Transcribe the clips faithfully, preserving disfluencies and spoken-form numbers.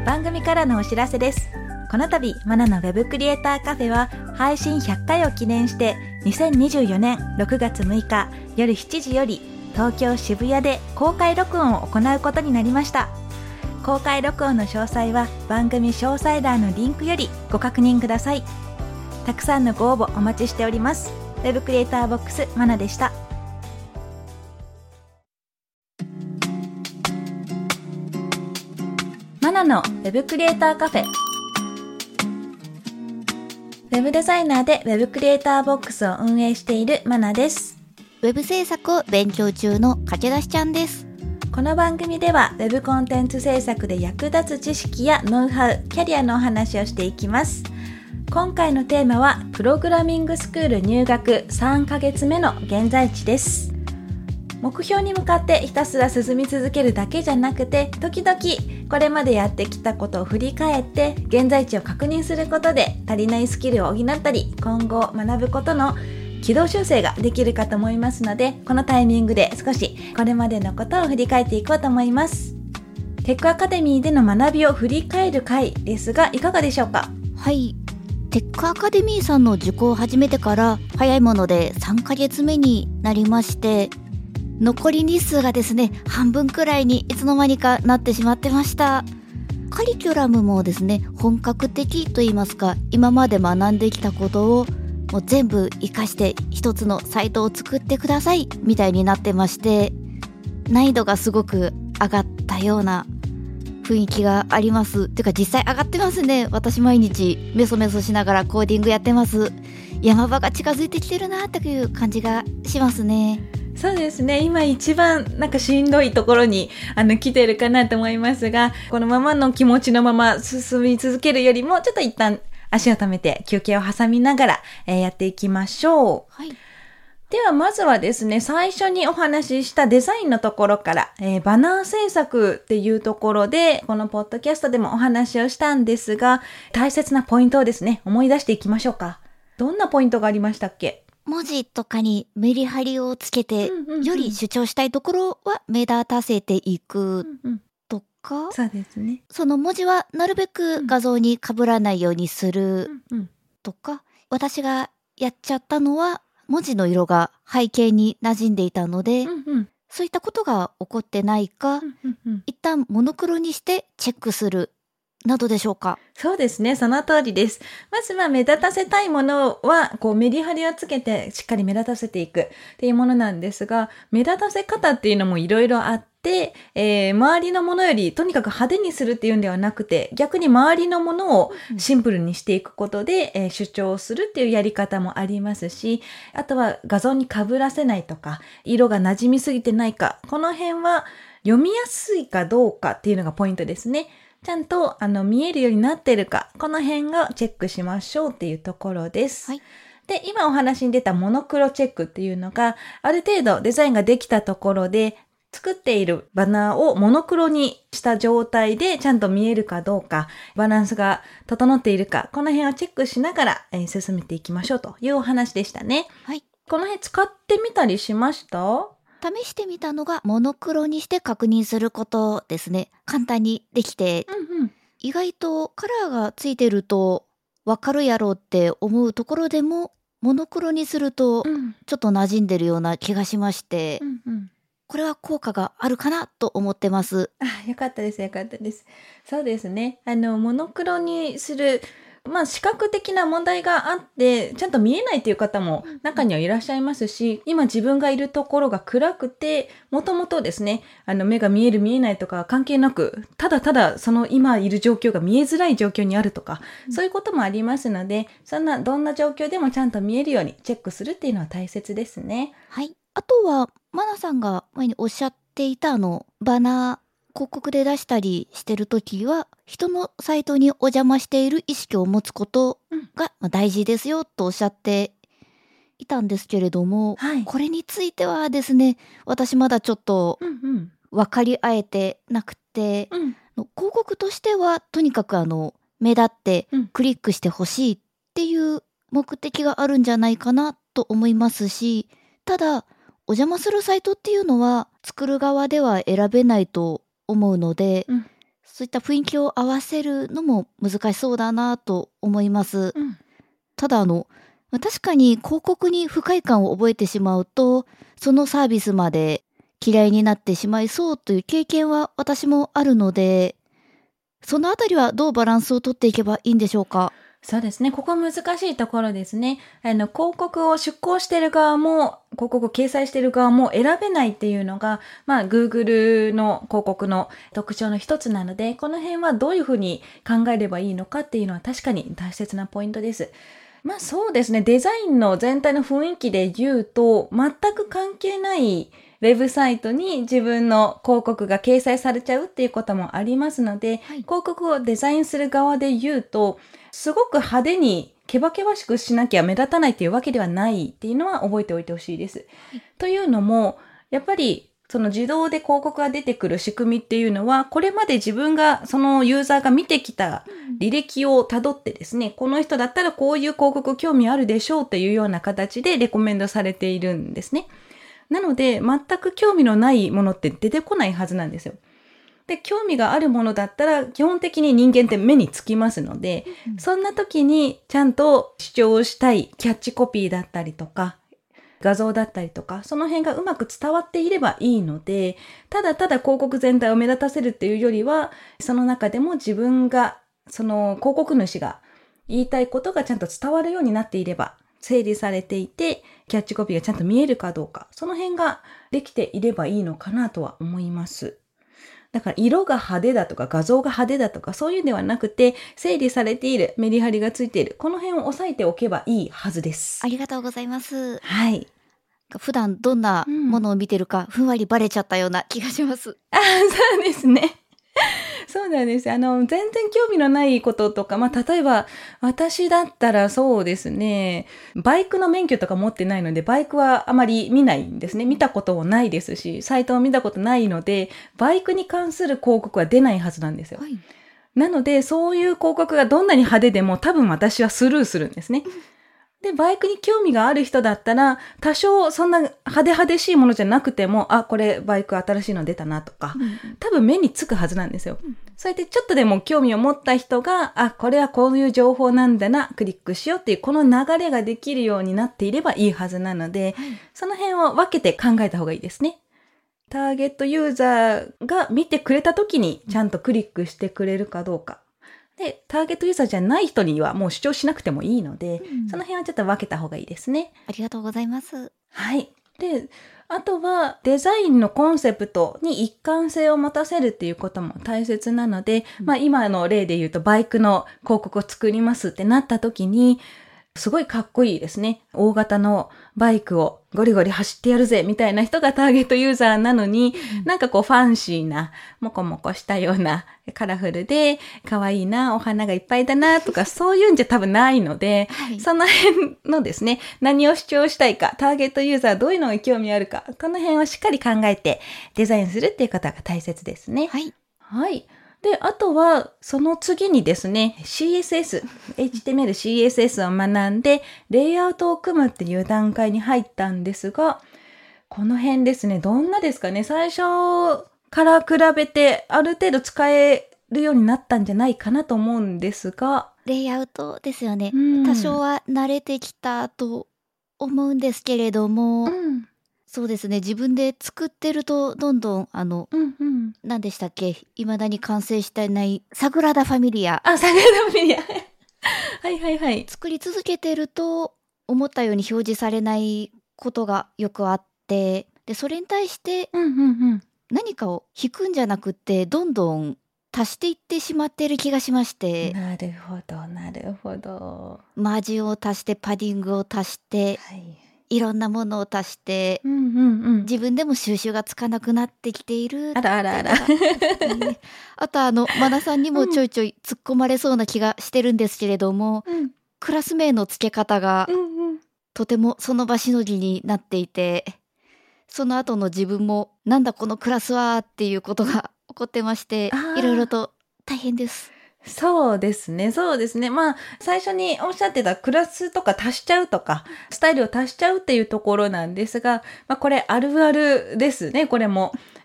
番組からのお知らせです。この度マナのウェブクリエイターカフェは配信ひゃっかいを記念してにせんにじゅうよねんろくがつむいか夜しちじより東京渋谷で公開録音を行うことになりました。公開録音の詳細は番組詳細欄のリンクよりご確認ください。たくさんのご応募お待ちしております。ウェブクリエイターボックスマナでした。マナのウェブクリエイターカフェ。ウェブデザイナーでウェブクリエイターボックスを運営しているマナです。 ウェブ制作を勉強中の駆け出しちゃんです。 この番組ではウェブコンテンツ制作で役立つ知識やノウハウ、キャリアのお話をしていきます。今回のテーマはプログラミングスクール入学さんかげつめの現在地です。目標に向かってひたすら進み続けるだけじゃなくて、時々これまでやってきたことを振り返って現在地を確認することで足りないスキルを補ったり、今後学ぶことの軌道修正ができるかと思いますので、このタイミングで少しこれまでのことを振り返っていこうと思います。テックアカデミーでの学びを振り返る回ですが、いかがでしょうか？ はい、テックアカデミーさんの受講を始めてから早いものでさんかげつめになりまして、残り日数がですね半分くらいにいつの間にかなってしまってました。カリキュラムもですね本格的といいますか、今まで学んできたことをもう全部活かして一つのサイトを作ってくださいみたいになってまして、難易度がすごく上がったような雰囲気があります。てか実際上がってますね。私毎日メソメソしながらコーディングやってます。山場が近づいてきてるなという感じがしますね。 そうですね、今一番なんかしんどいところにあの来てるかなと思いますが、このままの気持ちのまま進み続けるよりもちょっと一旦足を止めて休憩を挟みながら、えー、やっていきましょう。 はい。 ではまずはですね、最初にお話ししたデザインのところから、えー、バナー制作っていうところで、このポッドキャストでもお話をしたんですが、大切なポイントをですね、思い出していきましょうか。どんなポイントがありましたっけ？ 文字とかにメリハリをつけて、 うんうんうん、 より主張したいところは目立たせていくとか、 うんうん、そうですね。 その文字はなるべく画像に被らないようにするとか、うんうん、私がやっちゃったのは文字の色が背景に馴染んでいたので、うんうん、そういったことが起こってないか、うんうんうん、一旦モノクロにしてチェックするなどでしょうか？ そうですね、その通りです。まずは目立たせたいものはこうメリハリをつけてしっかり目立たせていくっていうものなんですが、目立たせ方っていうのもいろいろあって、えー、周りのものよりとにかく派手にするっていうんではなくて、逆に周りのものをシンプルにしていくことで、えー、主張するっていうやり方もありますし、あとは画像に被らせないとか、色が馴染みすぎてないか、この辺は読みやすいかどうかっていうのがポイントですね。ちゃんとあの見えるようになってるか、この辺がチェックしましょうっていうところです。はい、で、今お話に出たモノクロチェックっていうのが、ある程度デザインができたところで、作っているバナーをモノクロにした状態でちゃんと見えるかどうか、バランスが整っているか、この辺をチェックしながら、えー、進めていきましょうというお話でしたね。 はい。 この辺使ってみたりしました？ 試してみたのがモノクロにして確認することですね。簡単にできて、うんうん、意外とカラーがついてるとわかるやろうって思うところでもモノクロにするとちょっと馴染んでるような気がしまして、うんうん、これは効果があるかなと思ってます。 あ、よかったですよかったです。そうですね、あのモノクロにするまあ視覚的な問題があってちゃんと見えないという方も中にはいらっしゃいますし、今自分がいるところが暗くてもともとですね、あの目が見える見えないとか関係なく、ただただその今いる状況が見えづらい状況にあるとか、そういうこともありますので、そんなどんな状況でもちゃんと見えるようにチェックするっていうのは大切ですね。 はい。あとはマナさんが前におっしゃっていたあのバナー広告で出したりしてるときは、人のサイトにお邪魔している意識を持つことが大事ですよとおっしゃっていたんですけれども、はい、これについてはですね、私まだちょっと分かり合えてなくて、うんうん、広告としてはとにかくあの目立ってクリックしてほしいっていう目的があるんじゃないかなと思いますし、ただお邪魔するサイトっていうのは作る側では選べないと思うので、うん、 そういった雰囲気を合わせるのも難しそうだなと思います。 うん、 ただあの、確かに広告に不快感を覚えてしまうと、そのサービスまで嫌いになってしまいそうという経験は私もあるので、そのあたりはどうバランスを取っていけばいいんでしょうか？ そうですね。ここ難しいところですね。あの、広告を出稿している側も、広告を掲載している側も選べないっていうのが、まあ、Google の広告の特徴の一つなので、この辺はどういうふうに考えればいいのかっていうのは確かに大切なポイントです。まあそうですね。デザインの全体の雰囲気で言うと、全く関係ないウェブサイトに自分の広告が掲載されちゃうっていうこともありますので、はい、広告をデザインする側で言うと、すごく派手にケバケバしくしなきゃ目立たないっていうわけではないっていうのは覚えておいてほしいです。はい、というのも、やっぱりその自動で広告が出てくる仕組みっていうのは、これまで自分がそのユーザーが見てきた履歴をたどってですね、この人だったらこういう広告興味あるでしょうっていうような形でレコメンドされているんですね。なので、全く興味のないものって出てこないはずなんですよ。で、興味があるものだったら、基本的に人間って目につきますので、うん、そんな時にちゃんと主張したいキャッチコピーだったりとか、画像だったりとか、その辺がうまく伝わっていればいいので、ただただ広告全体を目立たせるっていうよりは、その中でも自分が、その広告主が言いたいことがちゃんと伝わるようになっていれば、整理されていて、キャッチコピーがちゃんと見えるかどうか、その辺ができていればいいのかなとは思います。だから色が派手だとか画像が派手だとかそういうではなくて、整理されている、メリハリがついている、この辺を押さえておけばいいはずです。 ありがとうございます。 はい。 普段どんなものを見てるか、ふんわりバレちゃったような気がします。 ああ、そうですね。そうなんです。あの、全然興味のないこととか、まあ、例えば、私だったらそうですね、バイクの免許とか持ってないので、バイクはあまり見ないんですね。見たこともないですし、サイトを見たことないので、バイクに関する広告は出ないはずなんですよ。はい、なので、そういう広告がどんなに派手でも多分私はスルーするんですね。で、バイクに興味がある人だったら、多少そんな派手派手しいものじゃなくても、あ、これバイク新しいの出たなとか、うん、多分目につくはずなんですよ。うん、それでちょっとでも興味を持った人が、あ、これはこういう情報なんだな、クリックしようっていう、この流れができるようになっていればいいはずなので、はい、その辺を分けて考えた方がいいですね。ターゲットユーザーが見てくれた時にちゃんとクリックしてくれるかどうか。で、ターゲットユーザーじゃない人にはもう主張しなくてもいいので、うん、その辺はちょっと分けた方がいいですね。 ありがとうございます。 はい。で、あとはデザインのコンセプトに一貫性を持たせるっていうことも大切なので、うん、まあ今の例で言うとバイクの広告を作りますってなった時に、すごいかっこいいですね。大型のバイクをゴリゴリ走ってやるぜみたいな人がターゲットユーザーなのに、うん、なんかこうファンシーな、モコモコしたようなカラフルで可愛いな、お花がいっぱいだなとかそういうんじゃ多分ないので、はい、その辺のですね、何を主張したいか、ターゲットユーザーどういうのに興味あるか、この辺をしっかり考えてデザインするっていうことが大切ですね。 はい。 はい。で、あとは、その次にですね、シーエスエス、エイチティーエムエル、シーエスエス を学んで、レイアウトを組むっていう段階に入ったんですが、この辺ですね、どんなですかね、最初から比べて、ある程度使えるようになったんじゃないかなと思うんですが。 レイアウトですよね。多少は慣れてきたと思うんですけれども、うん、そうですね、自分で作ってるとどんどんあの、うんうん、何でしたっけ、未だに完成してないサグラダ・ファミリア。 あ、サグラダ・ファミリアはいはいはい。 作り続けてると思ったように表示されないことがよくあって、でそれに対して何かを引くんじゃなくてどんどん足していってしまっている気がしまして。 なるほどなるほど。 マージンを足してパディングを足して、はい、いろんなものを足して、 うんうんうん、 自分でも収集がつかなくなってきている。 あらあらあら。 あとあのマナさんにもちょいちょい突っ込まれそうな気がしてるんですけれども、うん、クラス名の付け方が、うんうん、とてもその場しのぎになっていて、その後の自分もなんだこのクラスはっていうことが起こってまして、いろいろと大変です。 そうですね、そうですね。まあ、最初におっしゃってたクラスとか足しちゃうとか、スタイルを足しちゃうっていうところなんですが、まあこれあるあるですね、これも。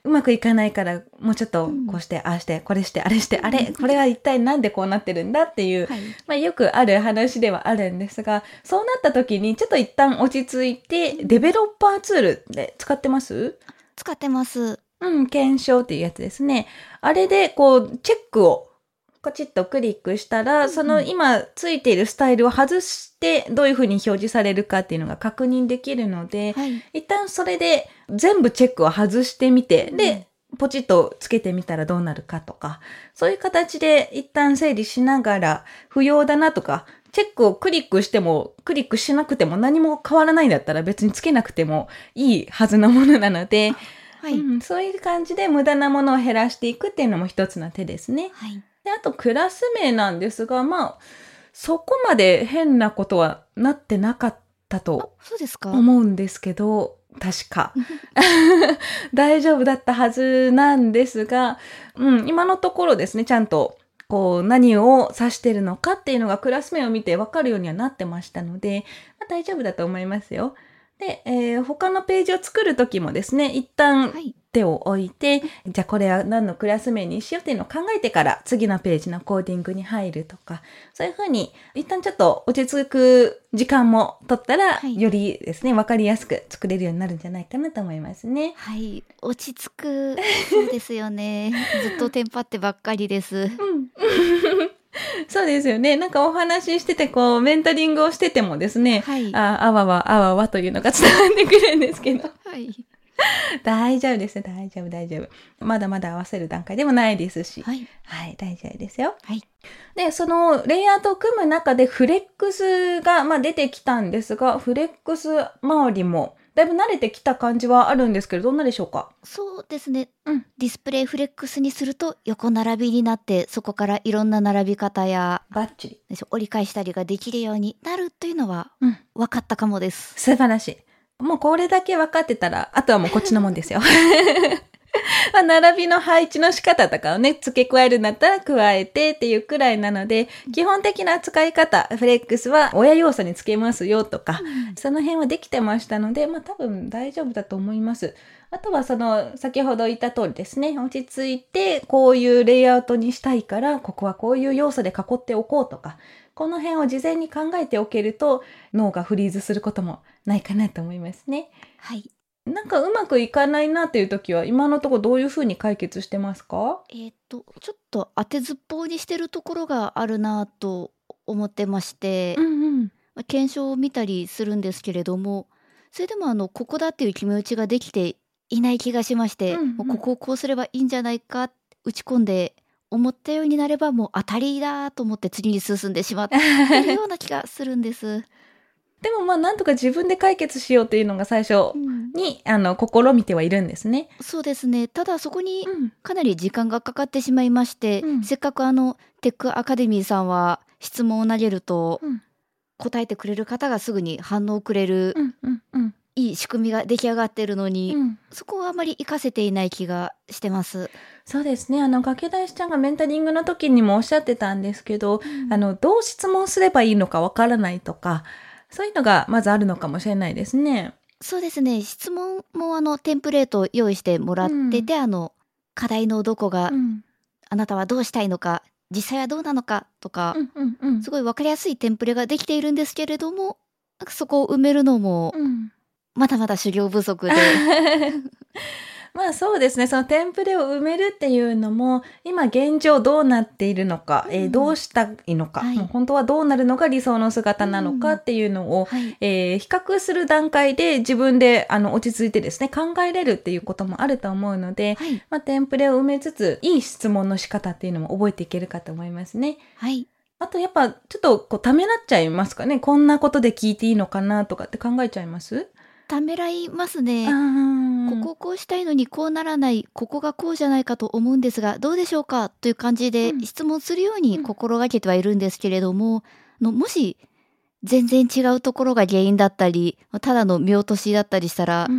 うまくいかないからもうちょっとこうして、うん、ああしてこれしてあれして、うん、あれこれは一体なんでこうなってるんだっていう、はい、まあ、よくある話ではあるんですが、そうなった時にちょっと一旦落ち着いて、うん、デベロッパーツールで使ってます？ 使ってます。 うん、検証っていうやつですね。あれでこうチェックをポチッとクリックしたら、うん、その今ついているスタイルを外してどういうふうに表示されるかっていうのが確認できるので、はい、一旦それで全部チェックを外してみて、うん、でポチッとつけてみたらどうなるかとか、そういう形で一旦整理しながら、不要だなとか、チェックをクリックしてもクリックしなくても何も変わらないんだったら別につけなくてもいいはずのものなので、はい、うん、そういう感じで無駄なものを減らしていくっていうのも一つの手ですね。はい、であとクラス名なんですが、まあそこまで変なことはなってなかったと思うんですけど、確か大丈夫だったはずなんですが、うん、今のところですね、ちゃんとこう何を指してるのかっていうのがクラス名を見て分かるようにはなってましたので、まあ、大丈夫だと思いますよ。で、えー、他のページを作るときもですね、一旦手を置いて、はい、じゃあこれは何のクラス名にしようっていうのを考えてから次のページのコーディングに入るとか、そういうふうに一旦ちょっと落ち着く時間も取ったら、はい、よりですね、わかりやすく作れるようになるんじゃないかなと思いますね。 はい、落ち着く。そうですよね。ずっとテンパってばっかりです。うんそうですよね。なんかお話ししてて、こう、メンタリングをしててもですね、はい、ああわわ、あわわというのが伝わってくるんですけど。はい、大丈夫ですね、大丈夫、大丈夫。まだまだ合わせる段階でもないですし。はい。はい、大丈夫ですよ。はい。で、そのレイアウトを組む中でフレックスが、まあ、出てきたんですが、フレックス周りも、だいぶ慣れてきた感じはあるんですけど、どんなでしょうか？ そうですね、うん、ディスプレイフレックスにすると横並びになって、そこからいろんな並び方やバッチリ折り返したりができるようになるというのは分かったかもです、 うん、素晴らしい。もうこれだけ分かってたらあとはもうこっちのもんですよまあ、並びの配置の仕方とかをね、付け加えるんだったら加えてっていうくらいなので、基本的な使い方、フレックスは親要素につけますよとか、うん、その辺はできてましたので、まあ多分大丈夫だと思います。あとはその、先ほど言った通りですね、落ち着いてこういうレイアウトにしたいから、ここはこういう要素で囲っておこうとか、この辺を事前に考えておけると、脳がフリーズすることもないかなと思いますね。 はい。 なんかうまくいかないなっていう時は今のところどういうふうに解決してますか？ えっとちょっと当てずっぽうにしてるところがあるなと思ってまして、うんうん、まあ、検証を見たりするんですけれども、それでもあのここだっていう決め打ちができていない気がしまして、うんうん、もうここをこうすればいいんじゃないか打ち込んで思ったようになればもう当たりだと思って次に進んでしまっているような気がするんですでもまあなんとか自分で解決しようっていうのが最初に、うん、あの試みてはいるんですね。 そうですね。ただそこにかなり時間がかかってしまいまして、うん、せっかくあのテックアカデミーさんは質問を投げると、うん、答えてくれる方がすぐに反応をくれる、うんうんうん、いい仕組みが出来上がっているのに、うん、そこはあまり活かせていない気がしてます。 そうですね。あの駆け出しちゃんがメンタリングの時にもおっしゃってたんですけど、うん、あのどう質問すればいいのかわからないとか、そういうのがまずあるのかもしれないですね。 そうですね。質問もあのテンプレートを用意してもらってて、うん、あの課題のどこが、うん、あなたはどうしたいのか、実際はどうなのかとか、うんうんうん、すごい分かりやすいテンプレができているんですけれども、なんかそこを埋めるのも、うん、まだまだ修行不足でまあそうですね。そのテンプレを埋めるっていうのも、今現状どうなっているのか、うん、えー、どうしたいのか、はい、もう本当はどうなるのが理想の姿なのかっていうのを、うん、はい、えー、比較する段階で自分であの落ち着いてですね、考えれるっていうこともあると思うので、はい、まあ、テンプレを埋めつつ、いい質問の仕方っていうのも覚えていけるかと思いますね。はい。あとやっぱちょっとこうためらっちゃいますかね。こんなことで聞いていいのかなとかって考えちゃいます？ ためらいますね。ここをこうしたいのにこうならない、ここがこうじゃないかと思うんですがどうでしょうかという感じで質問するように心がけてはいるんですけれども、うん、のもし全然違うところが原因だったりただの見落としだったりしたら、うん、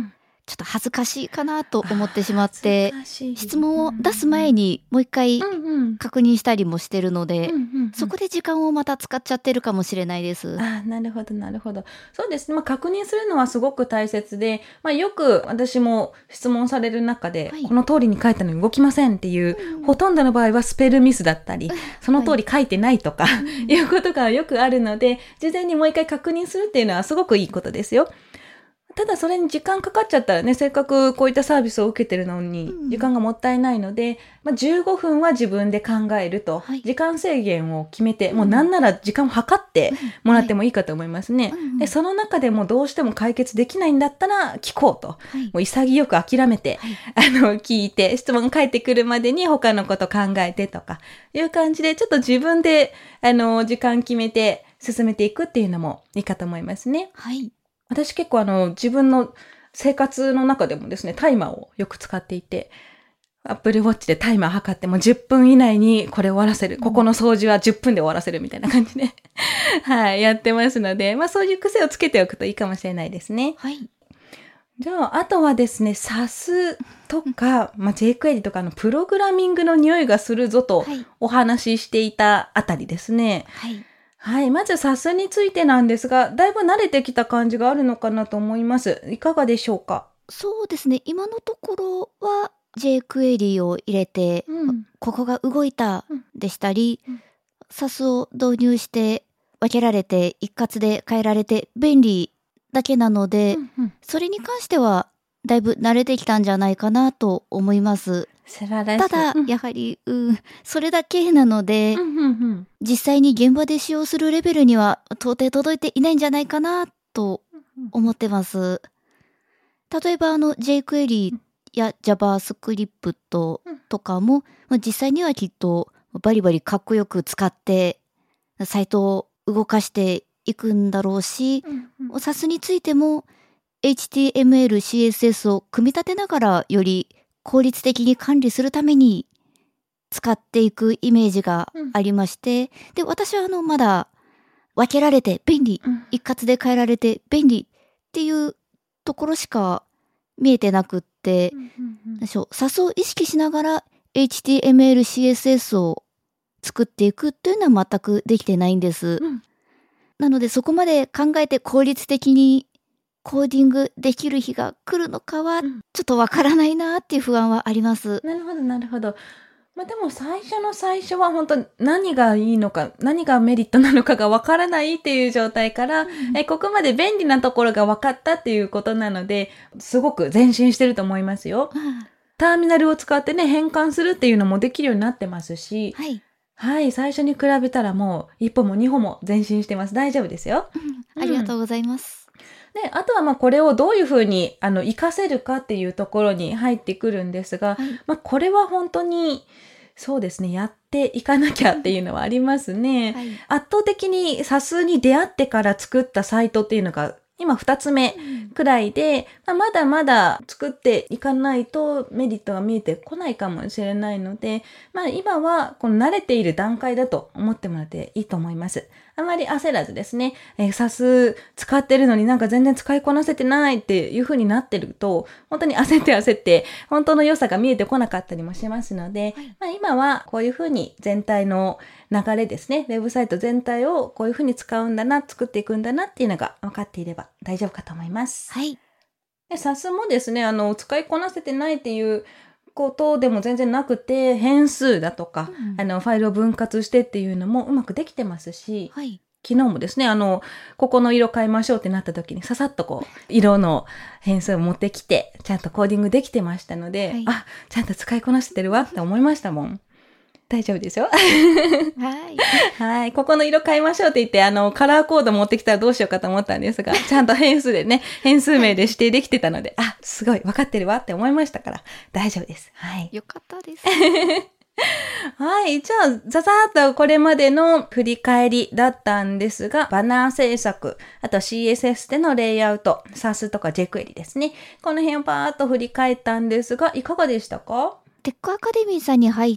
ちょっと恥ずかしいかなと思ってしまって、 恥ずかしい質問を出す前にもう一回うんうん確認したりもしてるので、 うんうんうんそこで時間をまた使っちゃってるかもしれないです。 あ、なるほど、なるほど。そうですね。まあ、確認するのはすごく大切で、まあ、よく私も質問される中で、 はいこの通りに書いたのに動きませんっていう、 うんほとんどの場合はスペルミスだったり、その通り書いてないとか、 いいうことがよくあるので、事前にもう一回確認するっていうのはすごくいいことですよ。ただそれに時間かかっちゃったらね、せっかくこういったサービスを受けてるのにうん時間がもったいないので、まあ、じゅうごふんは自分で考えると、 はい時間制限を決めて、 うんもうなんなら時間を計ってもらってもいいかと思いますね。 うんうんでその中でもどうしても解決できないんだったら聞こうと。 はいもう潔く諦めて、 はいあの、聞いて、質問返ってくるまでに他のこと考えてとか、いう感じで、ちょっと自分で、あの、時間決めて進めていくっていうのもいいかと思いますね。 はい私結構あの、自分の生活の中でもですね、タイマーをよく使っていて、Apple Watch でタイマー測ってもじゅっぷん以内にこれ終わらせる。ここの掃除はじゅっぷんで終わらせるみたいな感じで、はい、やってますので、まあそういう癖をつけておくといいかもしれないですね。 はいじゃあ、あとはですね、サス とか、まあ、jQuery とかのプログラミングの匂いがするぞとはいお話ししていたあたりですね。 はいはい。まず サス についてなんですが、だいぶ慣れてきた感じがあるのかなと思います。いかがでしょうか？ そうですね、今のところは jQuery を入れて、 うん。 ここが動いたでしたり、 うんサス を導入して分けられて一括で変えられて便利だけなので、 うんうん、 それに関してはだいぶ慣れてきたんじゃないかなと思います。 素晴らしい。 ただ、 うんやはり、うん、それだけなので、 うんうんうん実際に現場で使用するレベルには到底届いていないんじゃないかなと思ってます。例えばあの jQuery や JavaScript とかも、まあ実際にはきっとバリバリかっこよく使ってサイトを動かしていくんだろうし、 うんうんサス についても エイチティーエムエル、シーエスエス を組み立てながらより効率的に管理するために使っていくイメージがありまして、で、私はあのまだ分けられて便利、 うん一括で変えられて便利っていうところしか見えてなくって、 うんうんうんでしょう、サス を意識しながら エイチティーエムエル、シーエスエス を作っていくっていうのは全くできてないんです。 うんなのでそこまで考えて効率的にコーディングできる日が来るのかはうんちょっとわからないなっていう不安はあります。 なるほど、なるほど。まあでも最初の最初は本当何がいいのか、何がメリットなのかがわからないっていう状態から、 うんえここまで便利なところが分かったっていうことなので、すごく前進してると思いますよ。 あターミナルを使ってね、変換するっていうのもできるようになってますし、 あはい、 はい、最初に比べたらもう一歩も二歩も前進してます。大丈夫ですよ。 うん、ありがとうございます。 で、あとはまあこれをどういうふうにあの活かせるかっていうところに入ってくるんですが、 はいまあこれは本当にそうですね、やっていかなきゃっていうのはありますね。 はい圧倒的にサスに出会ってから作ったサイトっていうのが今二つ目くらいで、まあ、まだまだ作っていかないとメリットが見えてこないかもしれないので、まあ今はこの慣れている段階だと思ってもらっていいと思います。あまり焦らずですね、えー、サス使ってるのになんか全然使いこなせてないっていう風になってると、本当に焦って焦って、本当の良さが見えてこなかったりもしますので、 はい、 まあ今はこういう風に全体の流れですね、ウェブサイト全体をこういう風に使うんだな、作っていくんだなっていうのが分かっていれば大丈夫かと思います。 はい、 で、サスもですね、あの、使いこなせてないっていうことでも全然なくて、変数だとか、 うんあの、ファイルを分割してっていうのもうまくできてますし、 はい、 昨日もですね、あの、ここの色変えましょうってなった時に、ささっとこう、色の変数を持ってきて、ちゃんとコーディングできてましたので、 はいあ、ちゃんと使いこなせてるわって思いましたもん。大丈夫ですよ。 はい、 はい。ここの色変えましょうって言って、あの、カラーコード持ってきたらどうしようかと思ったんですが、ちゃんと変数でね、変数名で指定できてたので、あ、すごい、分かってるわって思いましたから、大丈夫です。はい。 よかったです。 はい。じゃあ、ざざーっとこれまでの振り返りだったんですが、バナー制作、あと シーエスエス でのレイアウト、サス とか jQuery ですね。この辺をパーっと振り返ったんですが、いかがでしたか？ テックアカデミーさんに入って、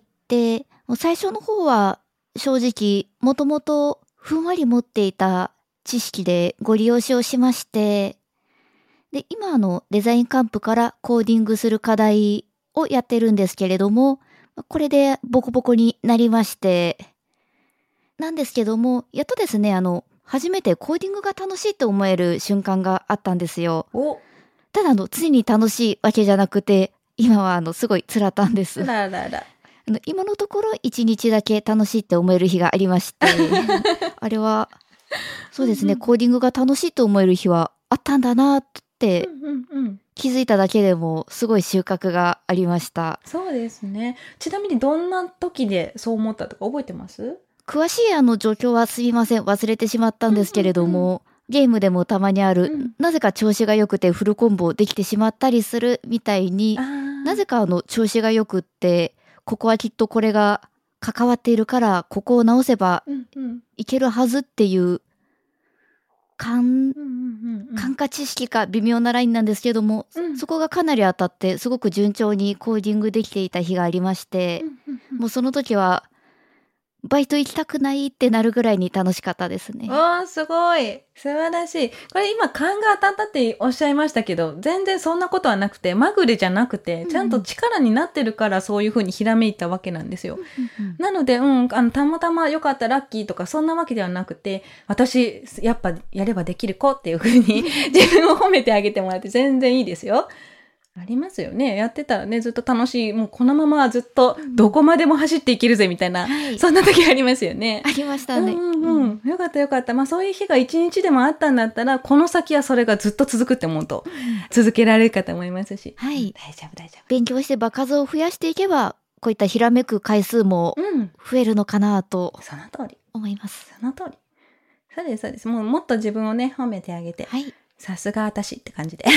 もう最初の方は正直もともとふんわり持っていた知識でご利用しをしまして、 で、今あのデザインカンプからコーディングする課題をやってるんですけれども、これでボコボコになりまして、なんですけども、やっとですね、あの、初めてコーディングが楽しいと思える瞬間があったんですよ。 おただあの、常に楽しいわけじゃなくて、今はあの、すごい辛ったんです。 ららら。 あの今のところ一日だけ楽しいって思える日がありまして、あれは、そうですね、コーディングが楽しいと思える日はあったんだなって気づいただけでもすごい収穫がありました。 そうですね。ちなみにどんな時でそう思ったとか覚えてます？ 詳しいあの状況はすみません、忘れてしまったんですけれども、うんうんうん、ゲームでもたまにある、うん、なぜか調子が良くてフルコンボできてしまったりするみたいに、なぜかあの調子が良くってここはきっとこれが関わっているからここを直せばいけるはずっていう感、感化知識か微妙なラインなんですけども、うん、そこがかなり当たってすごく順調にコーディングできていた日がありまして、もうその時はバイト行きたくないってなるぐらいに楽しかったですね。 おー、すごい。素晴らしい。これ今勘が当たったっておっしゃいましたけど、全然そんなことはなくて、まぐれじゃなくて、ちゃんと力になってるからそういう風にひらめいたわけなんですよ。うんうん、なので、うん、あの、たまたま良かったラッキーとかそんなわけではなくて、私、やっぱやればできる子っていう風に自分を褒めてあげてもらって全然いいですよ。ありますよね。やってたらね、ずっと楽しい。もうこのままずっとどこまでも走っていけるぜみたいな、うん、そんな時ありますよね。 ありましたね。 うんうんうん。よかったよかった。まあそういう日が一日でもあったんだったら、この先はそれがずっと続くって思うと、うん、続けられるかと思いますし。 はい。 大丈夫大丈夫。 勉強して場数を増やしていけば、こういったひらめく回数も増えるのかなと、 うん、その通り。 思います。 その通り。そうですそうです。もうもっと自分をね、褒めてあげて。 はい。 さすが私って感じで。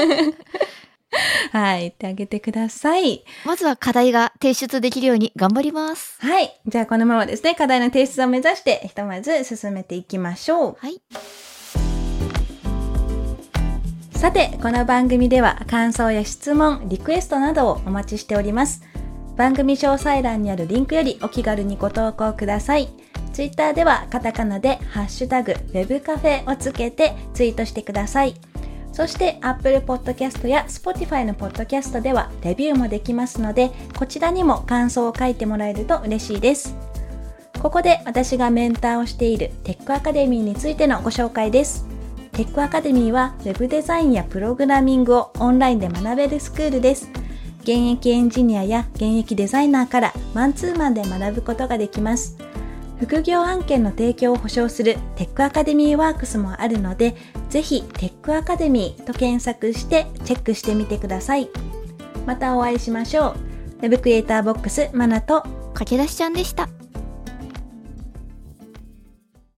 はい、言ってあげてください。 まずは課題が提出できるように頑張ります。 はい。じゃあこのままですね、課題の提出を目指して、ひとまず進めていきましょう。 はい。 さて、この番組では感想や質問、リクエストなどをお待ちしております。番組詳細欄にあるリンクよりお気軽にご投稿ください。ツイッターではカタカナでハッシュタグウェブカフェをつけてツイートしてください。そして Apple Podcast や Spotify の Podcast ではレビューもできますので、こちらにも感想を書いてもらえると嬉しいです。ここで私がメンターをしているテックアカデミーについてのご紹介です。テックアカデミーは Web デザインやプログラミングをオンラインで学べるスクールです。現役エンジニアや現役デザイナーからマンツーマンで学ぶことができます。副業案件の提供を保証するテックアカデミーワークスもあるので、ぜひテックアカデミーと検索してチェックしてみてください。またお会いしましょう。ウェブクリエイターボックスマナと駆け出しちゃんでした。